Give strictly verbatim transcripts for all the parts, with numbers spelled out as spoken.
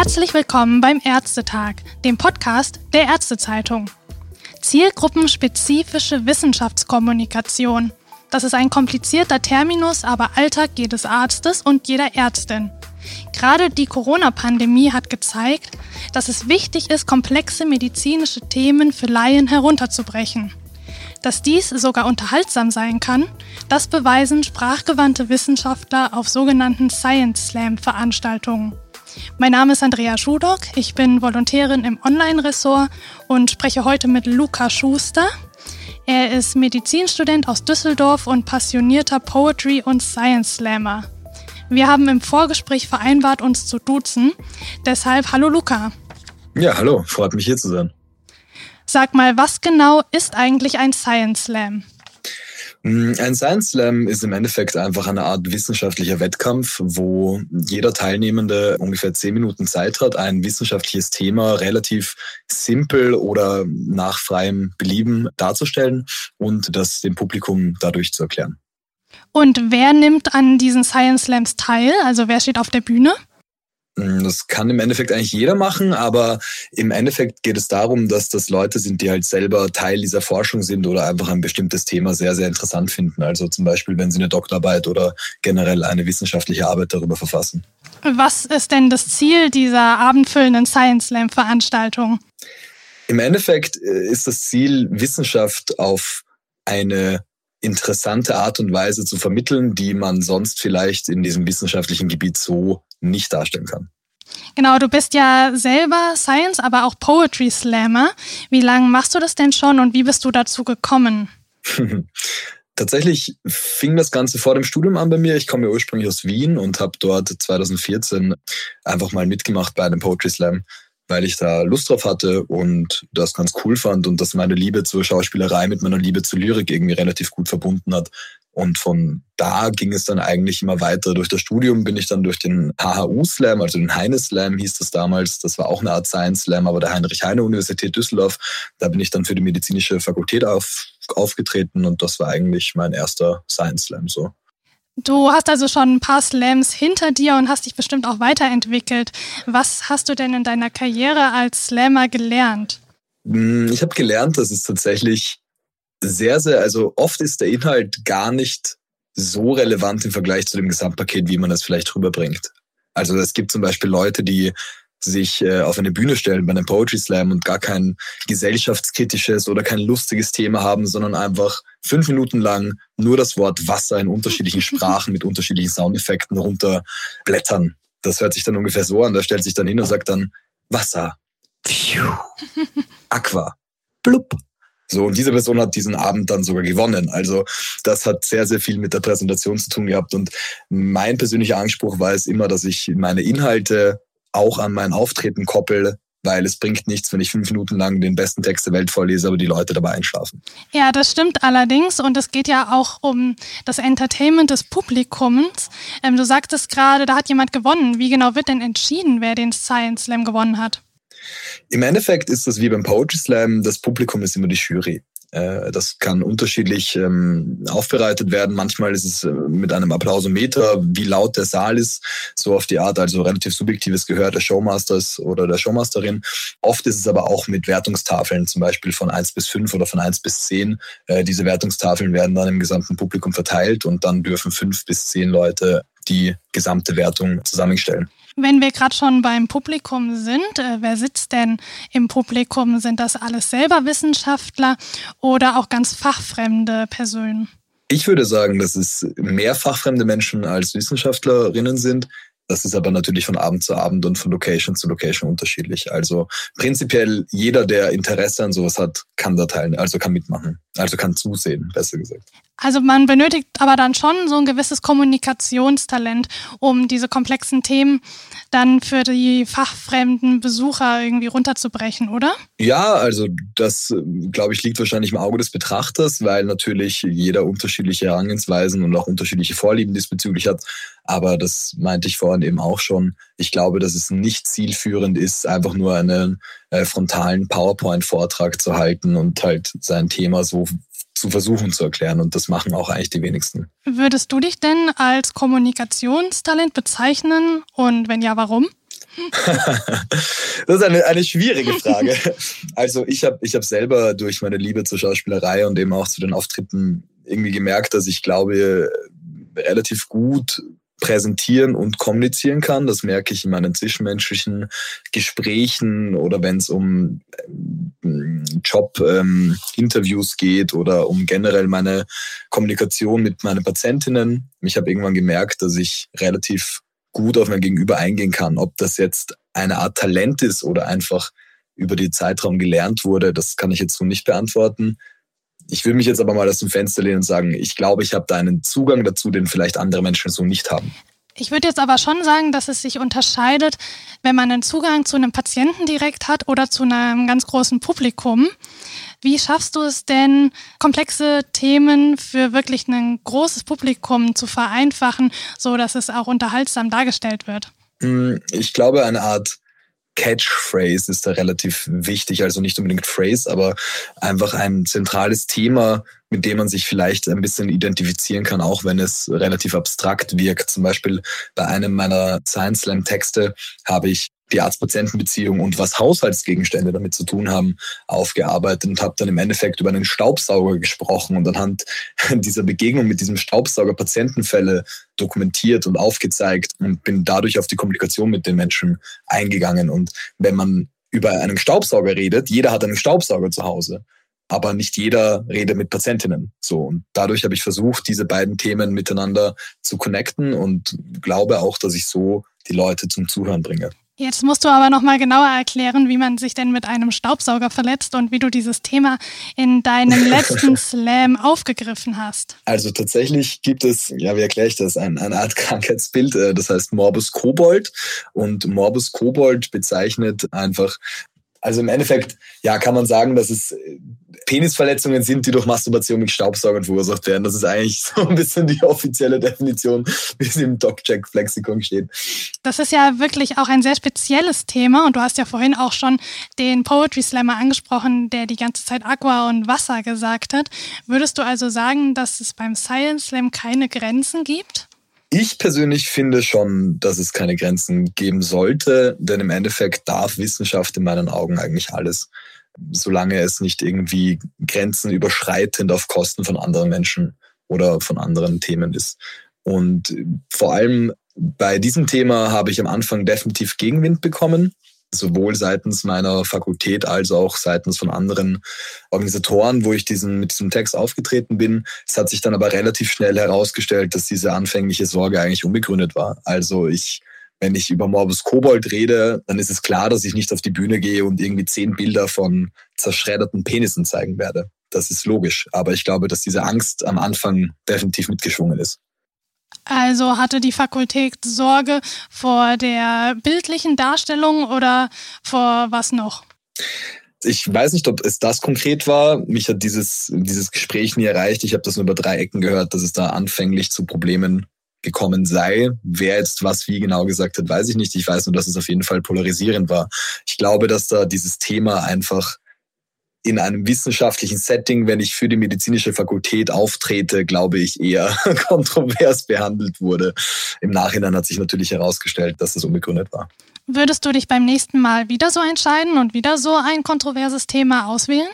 Herzlich willkommen beim Ärztetag, dem Podcast der Ärztezeitung. Zielgruppenspezifische Wissenschaftskommunikation. Das ist ein komplizierter Terminus, aber Alltag jedes Arztes und jeder Ärztin. Gerade die Corona-Pandemie hat gezeigt, dass es wichtig ist, komplexe medizinische Themen für Laien herunterzubrechen. Dass dies sogar unterhaltsam sein kann, das beweisen sprachgewandte Wissenschaftler auf sogenannten Science Slam-Veranstaltungen. Mein Name ist Andrea Schudock, ich bin Volontärin im Online-Ressort und spreche heute mit Luca Schuster. Er ist Medizinstudent aus Düsseldorf und passionierter Poetry- und Science-Slammer. Wir haben im Vorgespräch vereinbart, uns zu duzen. Deshalb hallo Luca. Ja, hallo, freut mich hier zu sein. Sag mal, was genau ist eigentlich ein Science Slam? Ein Science Slam ist im Endeffekt einfach eine Art wissenschaftlicher Wettkampf, wo jeder Teilnehmende ungefähr zehn Minuten Zeit hat, ein wissenschaftliches Thema relativ simpel oder nach freiem Belieben darzustellen und das dem Publikum dadurch zu erklären. Und wer nimmt an diesen Science Slams teil? Also wer steht auf der Bühne? Das kann im Endeffekt eigentlich jeder machen, aber im Endeffekt geht es darum, dass das Leute sind, die halt selber Teil dieser Forschung sind oder einfach ein bestimmtes Thema sehr, sehr interessant finden. Also zum Beispiel, wenn sie eine Doktorarbeit oder generell eine wissenschaftliche Arbeit darüber verfassen. Was ist denn das Ziel dieser abendfüllenden Science Slam-Veranstaltung? Im Endeffekt ist das Ziel, Wissenschaft auf eine interessante Art und Weise zu vermitteln, die man sonst vielleicht in diesem wissenschaftlichen Gebiet so nicht darstellen kann. Genau, du bist ja selber Science, aber auch Poetry Slammer. Wie lange machst du das denn schon und wie bist du dazu gekommen? Tatsächlich fing das Ganze vor dem Studium an bei mir. Ich komme ja ursprünglich aus Wien und habe dort zwanzig vierzehn einfach mal mitgemacht bei einem Poetry Slam, weil ich da Lust drauf hatte und das ganz cool fand und dass meine Liebe zur Schauspielerei mit meiner Liebe zur Lyrik irgendwie relativ gut verbunden hat. Und von da ging es dann eigentlich immer weiter. Durch das Studium bin ich dann durch den H H U-Slam, also den Heine-Slam hieß das damals. Das war auch eine Art Science-Slam, aber der Heinrich-Heine-Universität Düsseldorf. Da bin ich dann für die medizinische Fakultät auf, aufgetreten und das war eigentlich mein erster Science-Slam so. Du hast also schon ein paar Slams hinter dir und hast dich bestimmt auch weiterentwickelt. Was hast du denn in deiner Karriere als Slammer gelernt? Ich habe gelernt, dass es tatsächlich sehr, sehr, also oft ist der Inhalt gar nicht so relevant im Vergleich zu dem Gesamtpaket, wie man das vielleicht rüberbringt. Also es gibt zum Beispiel Leute, die sich äh, auf eine Bühne stellen bei einem Poetry Slam und gar kein gesellschaftskritisches oder kein lustiges Thema haben, sondern einfach fünf Minuten lang nur das Wort Wasser in unterschiedlichen Sprachen mit unterschiedlichen Soundeffekten runterblättern. Das hört sich dann ungefähr so an. Da stellt sich dann hin und sagt dann Wasser, Pfiuh, Aqua, blub. So, und diese Person hat diesen Abend dann sogar gewonnen. Also das hat sehr, sehr viel mit der Präsentation zu tun gehabt. Und mein persönlicher Anspruch war es immer, dass ich meine Inhalte auch an mein Auftreten koppel, weil es bringt nichts, wenn ich fünf Minuten lang den besten Text der Welt vorlese, aber die Leute dabei einschlafen. Ja, das stimmt allerdings und es geht ja auch um das Entertainment des Publikums. Ähm, du sagtest gerade, da hat jemand gewonnen. Wie genau wird denn entschieden, wer den Science Slam gewonnen hat? Im Endeffekt ist das wie beim Poetry Slam, das Publikum ist immer die Jury. Das kann unterschiedlich ähm, aufbereitet werden. Manchmal ist es äh, mit einem Applausometer, wie laut der Saal ist, so auf die Art, also relativ subjektives Gehör des Showmasters oder der Showmasterin. Oft ist es aber auch mit Wertungstafeln, zum Beispiel von eins bis fünf oder von eins bis zehn. Äh, diese Wertungstafeln werden dann im gesamten Publikum verteilt und dann dürfen fünf bis zehn Leute die gesamte Wertung zusammenstellen. Wenn wir gerade schon beim Publikum sind, äh, wer sitzt denn im Publikum? Sind das alles selber Wissenschaftler oder auch ganz fachfremde Personen? Ich würde sagen, dass es mehr fachfremde Menschen als Wissenschaftlerinnen sind. Das ist aber natürlich von Abend zu Abend und von Location zu Location unterschiedlich. Also prinzipiell jeder, der Interesse an sowas hat, kann da teilnehmen, also kann mitmachen, also kann zusehen, besser gesagt. Also man benötigt aber dann schon so ein gewisses Kommunikationstalent, um diese komplexen Themen dann für die fachfremden Besucher irgendwie runterzubrechen, oder? Ja, also das, glaube ich, liegt wahrscheinlich im Auge des Betrachters, weil natürlich jeder unterschiedliche Herangehensweisen und auch unterschiedliche Vorlieben diesbezüglich hat. Aber das meinte ich vorhin eben auch schon. Ich glaube, dass es nicht zielführend ist, einfach nur einen äh, frontalen PowerPoint-Vortrag zu halten und halt sein Thema so zu versuchen zu erklären. Und das machen auch eigentlich die wenigsten. Würdest du dich denn als Kommunikationstalent bezeichnen? Und wenn ja, warum? Das ist eine, eine schwierige Frage. Also ich habe ich hab selber durch meine Liebe zur Schauspielerei und eben auch zu den Auftritten irgendwie gemerkt, dass ich glaube, relativ gut präsentieren und kommunizieren kann. Das merke ich in meinen zwischenmenschlichen Gesprächen oder wenn es um Job-Interviews ähm, geht oder um generell meine Kommunikation mit meinen Patientinnen. Ich habe irgendwann gemerkt, dass ich relativ gut auf mein Gegenüber eingehen kann. Ob das jetzt eine Art Talent ist oder einfach über den Zeitraum gelernt wurde, das kann ich jetzt so nicht beantworten. Ich will mich jetzt aber mal aus dem Fenster lehnen und sagen, ich glaube, ich habe da einen Zugang dazu, den vielleicht andere Menschen so nicht haben. Ich würde jetzt aber schon sagen, dass es sich unterscheidet, wenn man einen Zugang zu einem Patienten direkt hat oder zu einem ganz großen Publikum. Wie schaffst du es denn, komplexe Themen für wirklich ein großes Publikum zu vereinfachen, so dass es auch unterhaltsam dargestellt wird? Ich glaube, eine Art Catchphrase ist da relativ wichtig, also nicht unbedingt Phrase, aber einfach ein zentrales Thema, mit dem man sich vielleicht ein bisschen identifizieren kann, auch wenn es relativ abstrakt wirkt. Zum Beispiel bei einem meiner Science Slam Texte habe ich die Arzt-Patienten-Beziehung und was Haushaltsgegenstände damit zu tun haben, aufgearbeitet und habe dann im Endeffekt über einen Staubsauger gesprochen und anhand dieser Begegnung mit diesem Staubsauger Patientenfälle dokumentiert und aufgezeigt und bin dadurch auf die Kommunikation mit den Menschen eingegangen. Und wenn man über einen Staubsauger redet, jeder hat einen Staubsauger zu Hause, aber nicht jeder redet mit Patientinnen. So, und dadurch habe ich versucht, diese beiden Themen miteinander zu connecten und glaube auch, dass ich so die Leute zum Zuhören bringe. Jetzt musst du aber nochmal genauer erklären, wie man sich denn mit einem Staubsauger verletzt und wie du dieses Thema in deinem letzten Slam aufgegriffen hast. Also tatsächlich gibt es, ja, wie erkläre ich das, ein, eine Art Krankheitsbild, das heißt Morbus Kobold. Und Morbus Kobold bezeichnet einfach, also im Endeffekt, ja, kann man sagen, dass es Penisverletzungen sind, die durch Masturbation mit Staubsaugern verursacht werden. Das ist eigentlich so ein bisschen die offizielle Definition, wie es im DocCheck-Flexikon steht. Das ist ja wirklich auch ein sehr spezielles Thema und du hast ja vorhin auch schon den Poetry Slammer angesprochen, der die ganze Zeit Aqua und Wasser gesagt hat. Würdest du also sagen, dass es beim Science Slam keine Grenzen gibt? Ich persönlich finde schon, dass es keine Grenzen geben sollte, denn im Endeffekt darf Wissenschaft in meinen Augen eigentlich alles, solange es nicht irgendwie Grenzen überschreitend auf Kosten von anderen Menschen oder von anderen Themen ist. Und vor allem bei diesem Thema habe ich am Anfang definitiv Gegenwind bekommen, sowohl seitens meiner Fakultät als auch seitens von anderen Organisatoren, wo ich diesen, mit diesem Text aufgetreten bin. Es hat sich dann aber relativ schnell herausgestellt, dass diese anfängliche Sorge eigentlich unbegründet war. Also ich, wenn ich über Morbus Kobold rede, dann ist es klar, dass ich nicht auf die Bühne gehe und irgendwie zehn Bilder von zerschredderten Penissen zeigen werde. Das ist logisch. Aber ich glaube, dass diese Angst am Anfang definitiv mitgeschwungen ist. Also hatte die Fakultät Sorge vor der bildlichen Darstellung oder vor was noch? Ich weiß nicht, ob es das konkret war. Mich hat dieses, dieses Gespräch nie erreicht. Ich habe das nur über drei Ecken gehört, dass es da anfänglich zu Problemen gekommen sei. Wer jetzt was wie genau gesagt hat, weiß ich nicht. Ich weiß nur, dass es auf jeden Fall polarisierend war. Ich glaube, dass da dieses Thema einfach in einem wissenschaftlichen Setting, wenn ich für die medizinische Fakultät auftrete, glaube ich, eher kontrovers behandelt wurde. Im Nachhinein hat sich natürlich herausgestellt, dass das unbegründet war. Würdest du dich beim nächsten Mal wieder so entscheiden und wieder so ein kontroverses Thema auswählen?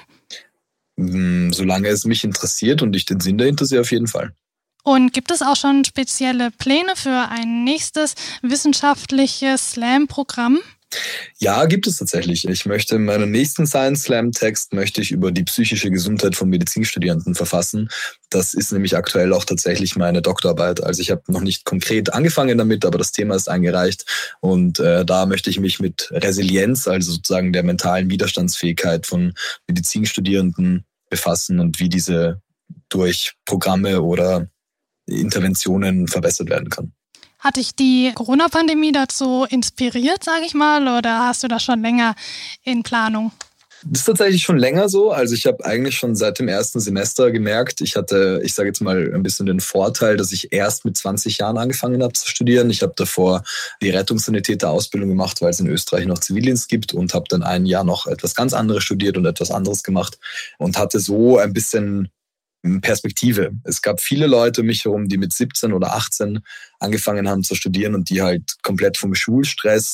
Solange es mich interessiert und ich den Sinn dahinter sehe, auf jeden Fall. Und gibt es auch schon spezielle Pläne für ein nächstes wissenschaftliches Slam-Programm? Ja, gibt es tatsächlich. Ich möchte in meinem nächsten Science Slam Text möchte ich über die psychische Gesundheit von Medizinstudierenden verfassen. Das ist nämlich aktuell auch tatsächlich meine Doktorarbeit. Also ich habe noch nicht konkret angefangen damit, aber das Thema ist eingereicht und äh, da möchte ich mich mit Resilienz, also sozusagen der mentalen Widerstandsfähigkeit von Medizinstudierenden befassen und wie diese durch Programme oder Interventionen verbessert werden kann. Hat dich die Corona-Pandemie dazu inspiriert, sage ich mal, oder hast du das schon länger in Planung? Das ist tatsächlich schon länger so. Also ich habe eigentlich schon seit dem ersten Semester gemerkt, ich hatte, ich sage jetzt mal ein bisschen den Vorteil, dass ich erst mit zwanzig Jahren angefangen habe zu studieren. Ich habe davor die Rettungssanitäter-Ausbildung gemacht, weil es in Österreich noch Zivildienst gibt und habe dann ein Jahr noch etwas ganz anderes studiert und etwas anderes gemacht und hatte so ein bisschen Perspektive. Es gab viele Leute um mich herum, die mit siebzehn oder achtzehn angefangen haben zu studieren und die halt komplett vom Schulstress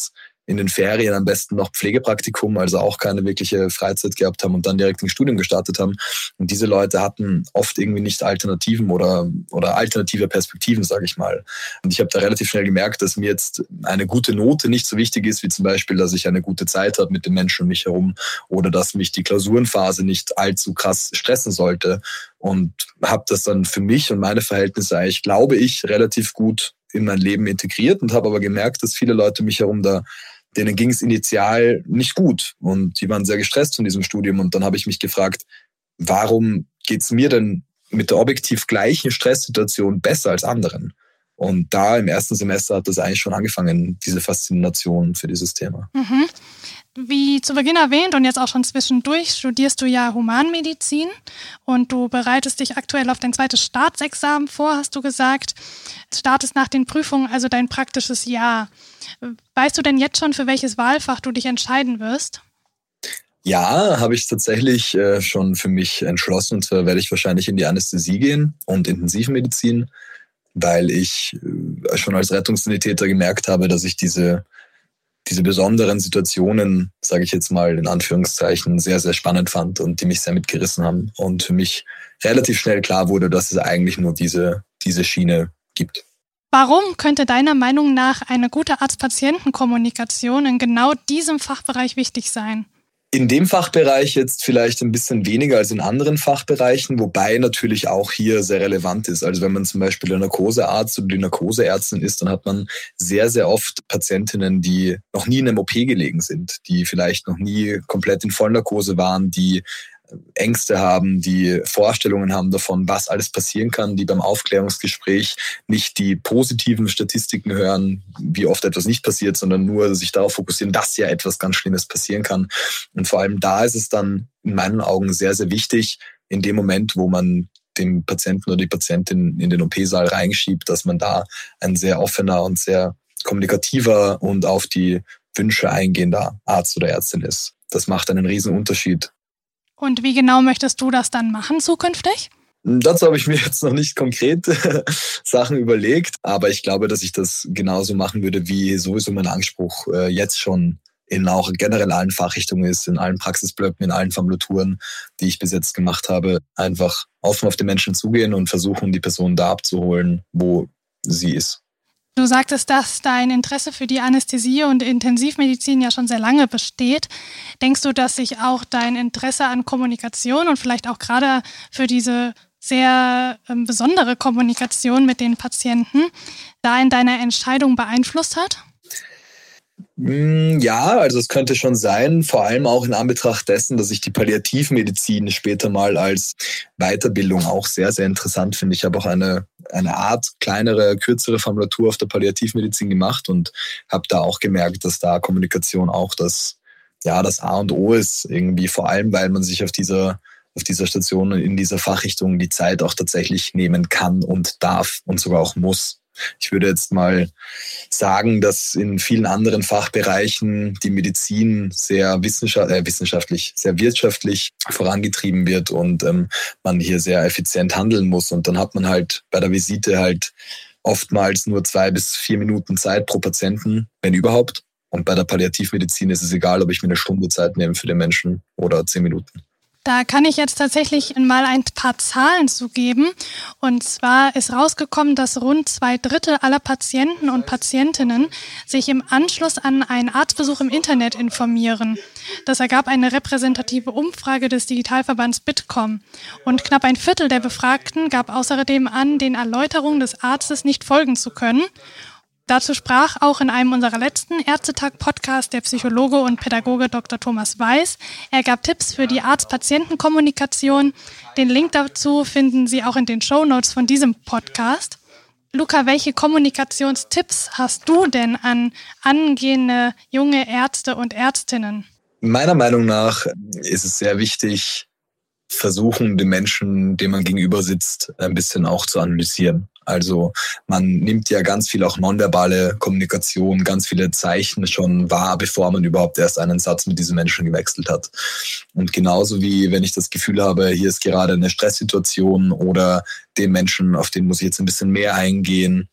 in den Ferien am besten noch Pflegepraktikum, also auch keine wirkliche Freizeit gehabt haben und dann direkt ein Studium gestartet haben. Und diese Leute hatten oft irgendwie nicht Alternativen oder, oder alternative Perspektiven, sage ich mal. Und ich habe da relativ schnell gemerkt, dass mir jetzt eine gute Note nicht so wichtig ist, wie zum Beispiel, dass ich eine gute Zeit habe mit den Menschen um mich herum oder dass mich die Klausurenphase nicht allzu krass stressen sollte. Und habe das dann für mich und meine Verhältnisse eigentlich, glaube ich, relativ gut in mein Leben integriert und habe aber gemerkt, dass viele Leute um mich herum da, denen ging es initial nicht gut und die waren sehr gestresst von diesem Studium. Und dann habe ich mich gefragt, warum geht es mir denn mit der objektiv gleichen Stresssituation besser als anderen? Und da im ersten Semester hat das eigentlich schon angefangen, diese Faszination für dieses Thema. Mhm. Wie zu Beginn erwähnt und jetzt auch schon zwischendurch, studierst du ja Humanmedizin und du bereitest dich aktuell auf dein zweites Staatsexamen vor, hast du gesagt. Startest nach den Prüfungen also dein praktisches Jahr. Weißt du denn jetzt schon, für welches Wahlfach du dich entscheiden wirst? Ja, habe ich tatsächlich äh, schon für mich entschlossen. Und zwar werde ich wahrscheinlich in die Anästhesie gehen und Intensivmedizin, weil ich äh, schon als Rettungssanitäter gemerkt habe, dass ich diese diese besonderen Situationen, sage ich jetzt mal in Anführungszeichen, sehr, sehr spannend fand und die mich sehr mitgerissen haben. Und für mich relativ schnell klar wurde, dass es eigentlich nur diese, diese Schiene gibt. Warum könnte deiner Meinung nach eine gute Arzt-Patienten-Kommunikation in genau diesem Fachbereich wichtig sein? In dem Fachbereich jetzt vielleicht ein bisschen weniger als in anderen Fachbereichen, wobei natürlich auch hier sehr relevant ist. Also wenn man zum Beispiel der Narkosearzt oder die Narkoseärztin ist, dann hat man sehr, sehr oft Patientinnen, die noch nie in einem O P gelegen sind, die vielleicht noch nie komplett in Vollnarkose waren, die Ängste haben, die Vorstellungen haben davon, was alles passieren kann, die beim Aufklärungsgespräch nicht die positiven Statistiken hören, wie oft etwas nicht passiert, sondern nur sich darauf fokussieren, dass ja etwas ganz Schlimmes passieren kann. Und vor allem da ist es dann in meinen Augen sehr, sehr wichtig, in dem Moment, wo man den Patienten oder die Patientin in den O P-Saal reinschiebt, dass man da ein sehr offener und sehr kommunikativer und auf die Wünsche eingehender Arzt oder Ärztin ist. Das macht einen riesen Unterschied. Und wie genau möchtest du das dann machen zukünftig? Dazu habe ich mir jetzt noch nicht konkret Sachen überlegt, aber ich glaube, dass ich das genauso machen würde, wie sowieso mein Anspruch äh, jetzt schon in auch generell allen Fachrichtungen ist, in allen Praxisblöcken, in allen Formulaturen, die ich bis jetzt gemacht habe. Einfach offen auf den Menschen zugehen und versuchen, die Person da abzuholen, wo sie ist. Du sagtest, dass dein Interesse für die Anästhesie und Intensivmedizin ja schon sehr lange besteht. Denkst du, dass sich auch dein Interesse an Kommunikation und vielleicht auch gerade für diese sehr ähm, besondere Kommunikation mit den Patienten da in deiner Entscheidung beeinflusst hat? Ja, also es könnte schon sein, vor allem auch in Anbetracht dessen, dass ich die Palliativmedizin später mal als Weiterbildung auch sehr, sehr interessant finde. Ich habe auch eine, eine Art kleinere, kürzere Formulatur auf der Palliativmedizin gemacht und habe da auch gemerkt, dass da Kommunikation auch das, ja, das A und O ist, irgendwie vor allem, weil man sich auf dieser, auf dieser Station in dieser Fachrichtung die Zeit auch tatsächlich nehmen kann und darf und sogar auch muss. Ich würde jetzt mal sagen, dass in vielen anderen Fachbereichen die Medizin sehr wissenschaft- äh, wissenschaftlich, sehr wirtschaftlich vorangetrieben wird und ähm, man hier sehr effizient handeln muss. Und dann hat man halt bei der Visite halt oftmals nur zwei bis vier Minuten Zeit pro Patienten, wenn überhaupt. Und bei der Palliativmedizin ist es egal, ob ich mir eine Stunde Zeit nehme für den Menschen oder zehn Minuten. Da kann ich jetzt tatsächlich mal ein paar Zahlen zugeben. Und zwar ist rausgekommen, dass rund zwei Drittel aller Patienten und Patientinnen sich im Anschluss an einen Arztbesuch im Internet informieren. Das ergab eine repräsentative Umfrage des Digitalverbands Bitkom. Und knapp ein Viertel der Befragten gab außerdem an, den Erläuterungen des Arztes nicht folgen zu können. Dazu sprach auch in einem unserer letzten Ärztetag-Podcasts der Psychologe und Pädagoge Doktor Thomas Weiß. Er gab Tipps für die Arzt-Patienten-Kommunikation. Den Link dazu finden Sie auch in den Shownotes von diesem Podcast. Luca, welche Kommunikationstipps hast du denn an angehende junge Ärzte und Ärztinnen? Meiner Meinung nach ist es sehr wichtig, versuchen, den Menschen, dem man gegenüber sitzt, ein bisschen auch zu analysieren. Also man nimmt ja ganz viel auch nonverbale Kommunikation, ganz viele Zeichen schon wahr, bevor man überhaupt erst einen Satz mit diesem Menschen gewechselt hat. Und genauso wie wenn ich das Gefühl habe, hier ist gerade eine Stresssituation oder den Menschen, auf den muss ich jetzt ein bisschen mehr eingehen,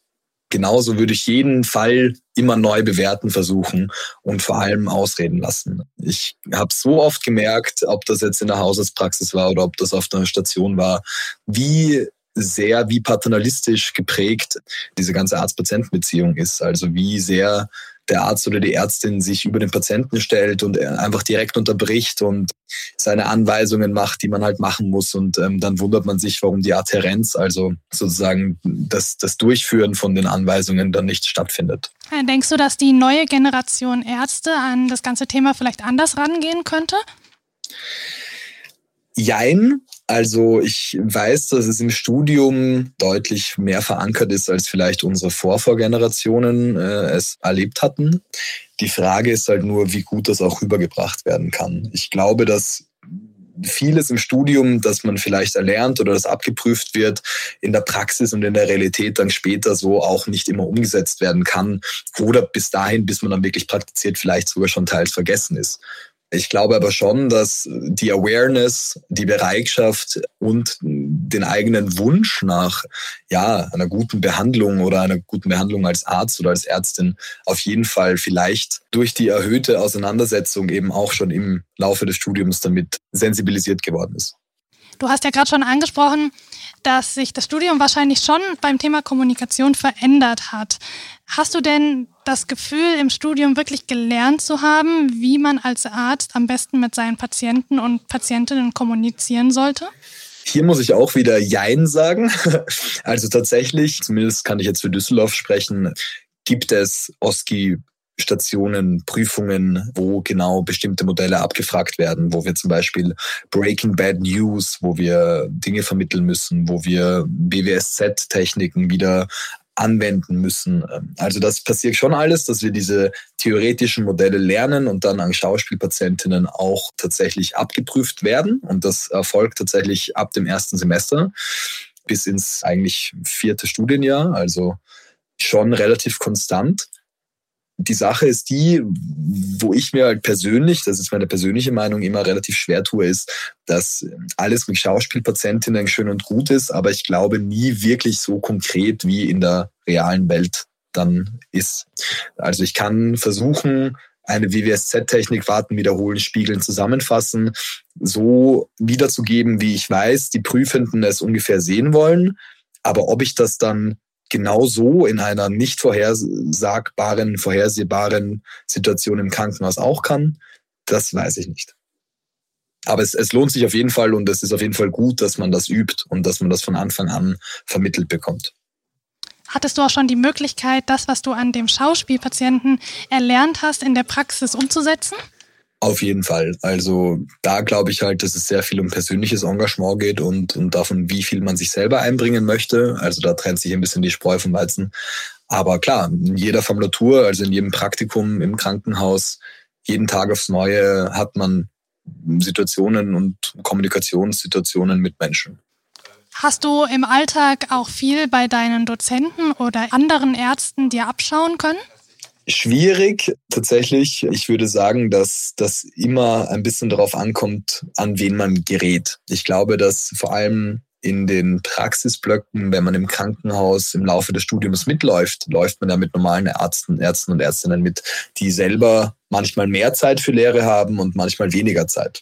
genauso würde ich jeden Fall immer neu bewerten versuchen und vor allem ausreden lassen. Ich habe so oft gemerkt, ob das jetzt in der Hausarztpraxis war oder ob das auf einer Station war, wie sehr, wie paternalistisch geprägt diese ganze Arzt-Patienten-Beziehung ist. Also wie sehr der Arzt oder die Ärztin sich über den Patienten stellt und einfach direkt unterbricht und seine Anweisungen macht, die man halt machen muss. Und ähm, dann wundert man sich, warum die Adhärenz, also sozusagen das, das Durchführen von den Anweisungen dann nicht stattfindet. Denkst du, dass die neue Generation Ärzte an das ganze Thema vielleicht anders rangehen könnte? Jein. Also ich weiß, dass es im Studium deutlich mehr verankert ist, als vielleicht unsere Vorvorgenerationen äh, es erlebt hatten. Die Frage ist halt nur, wie gut das auch rübergebracht werden kann. Ich glaube, dass vieles im Studium, das man vielleicht erlernt oder das abgeprüft wird, in der Praxis und in der Realität dann später so auch nicht immer umgesetzt werden kann oder bis dahin, bis man dann wirklich praktiziert, vielleicht sogar schon teils vergessen ist. Ich glaube aber schon, dass die Awareness, die Bereitschaft und den eigenen Wunsch nach ja, einer guten Behandlung oder einer guten Behandlung als Arzt oder als Ärztin auf jeden Fall vielleicht durch die erhöhte Auseinandersetzung eben auch schon im Laufe des Studiums damit sensibilisiert geworden ist. Du hast ja gerade schon angesprochen, dass sich das Studium wahrscheinlich schon beim Thema Kommunikation verändert hat. Hast du denn das Gefühl, im Studium wirklich gelernt zu haben, wie man als Arzt am besten mit seinen Patienten und Patientinnen kommunizieren sollte? Hier muss ich auch wieder Jein sagen. Also tatsächlich, zumindest kann ich jetzt für Düsseldorf sprechen, gibt es O S C I Stationen, Prüfungen, wo genau bestimmte Modelle abgefragt werden, wo wir zum Beispiel Breaking Bad News, wo wir Dinge vermitteln müssen, wo wir B W S Z-Techniken wieder anwenden müssen. Also das passiert schon alles, dass wir diese theoretischen Modelle lernen und dann an Schauspielpatientinnen auch tatsächlich abgeprüft werden. Und das erfolgt tatsächlich ab dem ersten Semester bis ins eigentlich vierte Studienjahr, also schon relativ konstant. Die Sache ist die, wo ich mir halt persönlich, das ist meine persönliche Meinung, immer relativ schwer tue, ist, dass alles mit Schauspielpatientinnen schön und gut ist, aber ich glaube nie wirklich so konkret wie in der realen Welt dann ist. Also ich kann versuchen, eine W W S Z-Technik warten, wiederholen, spiegeln, zusammenfassen, so wiederzugeben, wie ich weiß, die Prüfenden es ungefähr sehen wollen, aber ob ich das dann genau so in einer nicht vorhersagbaren, vorhersehbaren Situation im Krankenhaus auch kann, das weiß ich nicht. Aber es, es lohnt sich auf jeden Fall und es ist auf jeden Fall gut, dass man das übt und dass man das von Anfang an vermittelt bekommt. Hattest du auch schon die Möglichkeit, das, was du an dem Schauspielpatienten erlernt hast, in der Praxis umzusetzen? Auf jeden Fall. Also da glaube ich halt, dass es sehr viel um persönliches Engagement geht und, und davon, wie viel man sich selber einbringen möchte. Also da trennt sich ein bisschen die Spreu vom Weizen. Aber klar, in jeder Formulatur, also in jedem Praktikum im Krankenhaus, jeden Tag aufs Neue hat man Situationen und Kommunikationssituationen mit Menschen. Hast du im Alltag auch viel bei deinen Dozenten oder anderen Ärzten dir abschauen können? Schwierig, tatsächlich. Ich würde sagen, dass das immer ein bisschen darauf ankommt, an wen man gerät. Ich glaube, dass vor allem in den Praxisblöcken, wenn man im Krankenhaus im Laufe des Studiums mitläuft, läuft man ja mit normalen Ärzten, Ärzten und Ärztinnen mit, die selber manchmal mehr Zeit für Lehre haben und manchmal weniger Zeit.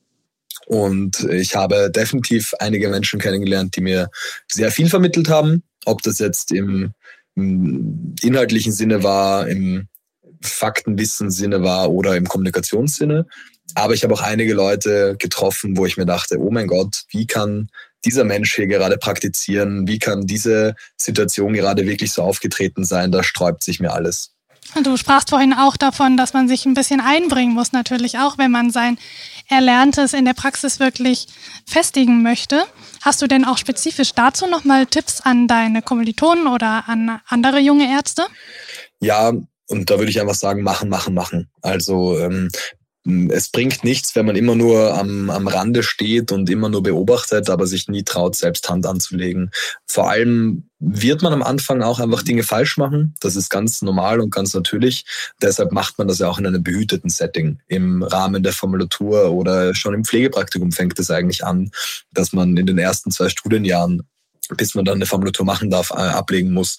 Und ich habe definitiv einige Menschen kennengelernt, die mir sehr viel vermittelt haben, ob das jetzt im im inhaltlichen Sinne war, im Faktenwissen-Sinne war oder im Kommunikationssinne. Aber ich habe auch einige Leute getroffen, wo ich mir dachte, oh mein Gott, wie kann dieser Mensch hier gerade praktizieren? Wie kann diese Situation gerade wirklich so aufgetreten sein? Da sträubt sich mir alles. Du sprachst vorhin auch davon, dass man sich ein bisschen einbringen muss, natürlich auch, wenn man sein Erlerntes in der Praxis wirklich festigen möchte. Hast du denn auch spezifisch dazu nochmal Tipps an deine Kommilitonen oder an andere junge Ärzte? Ja, und da würde ich einfach sagen, machen, machen, machen. Also ähm, es bringt nichts, wenn man immer nur am, am Rande steht und immer nur beobachtet, aber sich nie traut, selbst Hand anzulegen. Vor allem wird man am Anfang auch einfach Dinge falsch machen. Das ist ganz normal und ganz natürlich. Deshalb macht man das ja auch in einem behüteten Setting. Im Rahmen der Formulatur oder schon im Pflegepraktikum fängt es eigentlich an, dass man in den ersten zwei Studienjahren, bis man dann eine Formulatur machen darf, ablegen muss,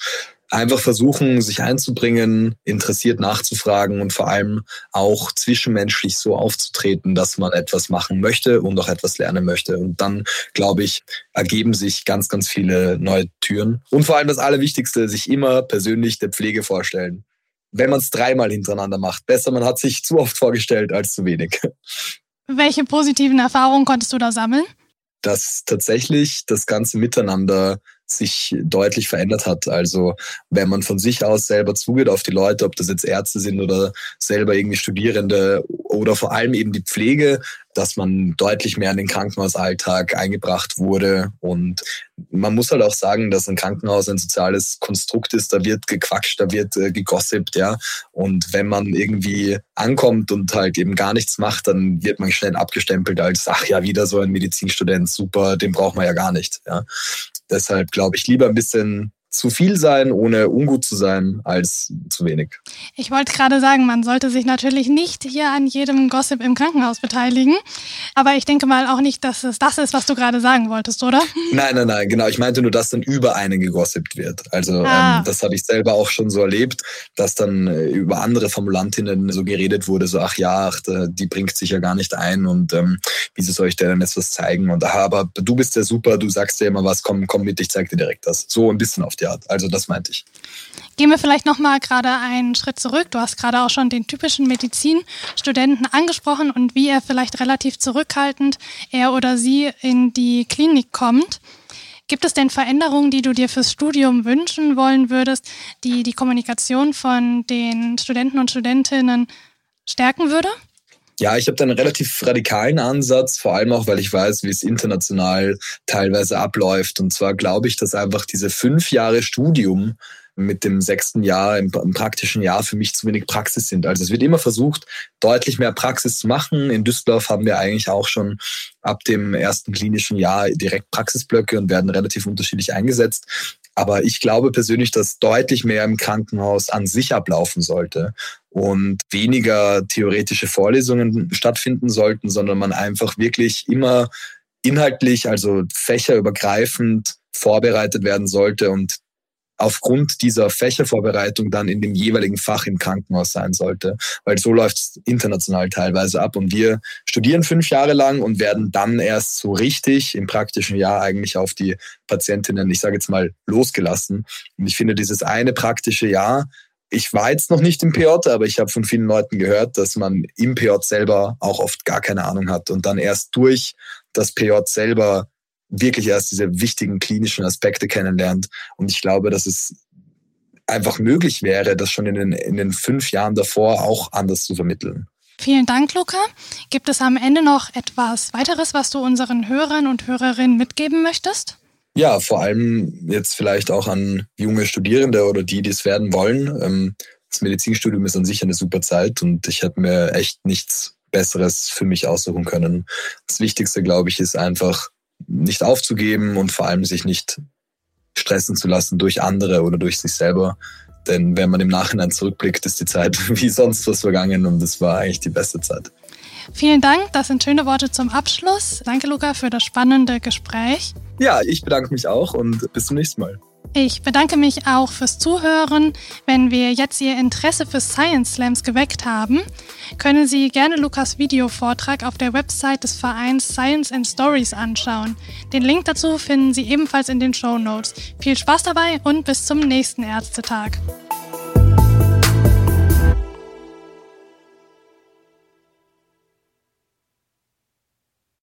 einfach versuchen, sich einzubringen, interessiert nachzufragen und vor allem auch zwischenmenschlich so aufzutreten, dass man etwas machen möchte und auch etwas lernen möchte. Und dann, glaube ich, ergeben sich ganz, ganz viele neue Türen. Und vor allem das Allerwichtigste, sich immer persönlich der Pflege vorstellen. Wenn man es dreimal hintereinander macht. Besser, man hat sich zu oft vorgestellt als zu wenig. Welche positiven Erfahrungen konntest du da sammeln? Dass tatsächlich das ganze Miteinander sich deutlich verändert hat. Also wenn man von sich aus selber zugeht auf die Leute, ob das jetzt Ärzte sind oder selber irgendwie Studierende oder vor allem eben die Pflege, dass man deutlich mehr in den Krankenhausalltag eingebracht wurde. Und man muss halt auch sagen, dass ein Krankenhaus ein soziales Konstrukt ist. Da wird gequatscht, da wird äh, gegossipt, ja. Und wenn man irgendwie ankommt und halt eben gar nichts macht, dann wird man schnell abgestempelt als, ach ja, wieder so ein Medizinstudent, super, den braucht man ja gar nicht, ja. Deshalb glaube ich, lieber ein bisschen zu viel sein, ohne ungut zu sein, als zu wenig. Ich wollte gerade sagen, man sollte sich natürlich nicht hier an jedem Gossip im Krankenhaus beteiligen. Aber ich denke mal auch nicht, dass es das ist, was du gerade sagen wolltest, oder? Nein, nein, nein, genau. Ich meinte nur, dass dann über einen gegossipt wird. Also ah. ähm, das habe ich selber auch schon so erlebt, dass dann äh, über andere Formulantinnen so geredet wurde, so ach ja, ach, die bringt sich ja gar nicht ein und ähm, wieso soll ich dir denn jetzt was zeigen? Und aha, aber du bist ja super, du sagst dir immer was, komm, komm mit, ich zeig dir direkt das. So ein bisschen auf die Art. Also das meinte ich. Gehen wir vielleicht nochmal gerade einen Schritt zurück. Du hast gerade auch schon den typischen Medizinstudenten angesprochen und wie er vielleicht relativ zurückhaltend, er oder sie, in die Klinik kommt. Gibt es denn Veränderungen, die du dir fürs Studium wünschen wollen würdest, die die Kommunikation von den Studenten und Studentinnen stärken würde? Ja, ich habe da einen relativ radikalen Ansatz, vor allem auch, weil ich weiß, wie es international teilweise abläuft. Und zwar glaube ich, dass einfach diese fünf Jahre Studium mit dem sechsten Jahr, im, im praktischen Jahr, für mich zu wenig Praxis sind. Also es wird immer versucht, deutlich mehr Praxis zu machen. In Düsseldorf haben wir eigentlich auch schon ab dem ersten klinischen Jahr direkt Praxisblöcke und werden relativ unterschiedlich eingesetzt. Aber ich glaube persönlich, dass deutlich mehr im Krankenhaus an sich ablaufen sollte und weniger theoretische Vorlesungen stattfinden sollten, sondern man einfach wirklich immer inhaltlich, also fächerübergreifend vorbereitet werden sollte und aufgrund dieser Fächervorbereitung dann in dem jeweiligen Fach im Krankenhaus sein sollte. Weil so läuft es international teilweise ab. Und wir studieren fünf Jahre lang und werden dann erst so richtig im praktischen Jahr eigentlich auf die Patientinnen, ich sage jetzt mal, losgelassen. Und ich finde, dieses eine praktische Jahr, ich war jetzt noch nicht im P J, aber ich habe von vielen Leuten gehört, dass man im P J selber auch oft gar keine Ahnung hat und dann erst durch das P J selber wirklich erst diese wichtigen klinischen Aspekte kennenlernt. Und ich glaube, dass es einfach möglich wäre, das schon in den, in den fünf Jahren davor auch anders zu vermitteln. Vielen Dank, Luca. Gibt es am Ende noch etwas weiteres, was du unseren Hörern und Hörerinnen mitgeben möchtest? Ja, vor allem jetzt vielleicht auch an junge Studierende oder die, die es werden wollen. Das Medizinstudium ist an sich eine super Zeit und ich hätte mir echt nichts Besseres für mich aussuchen können. Das Wichtigste, glaube ich, ist einfach, nicht aufzugeben und vor allem sich nicht stressen zu lassen durch andere oder durch sich selber. Denn wenn man im Nachhinein zurückblickt, ist die Zeit wie sonst was vergangen und es war eigentlich die beste Zeit. Vielen Dank, das sind schöne Worte zum Abschluss. Danke, Luca, für das spannende Gespräch. Ja, ich bedanke mich auch und bis zum nächsten Mal. Ich bedanke mich auch fürs Zuhören. Wenn wir jetzt Ihr Interesse für Science Slams geweckt haben, können Sie gerne Lukas Videovortrag auf der Website des Vereins Science and Stories anschauen. Den Link dazu finden Sie ebenfalls in den Shownotes. Viel Spaß dabei und bis zum nächsten Ärztetag.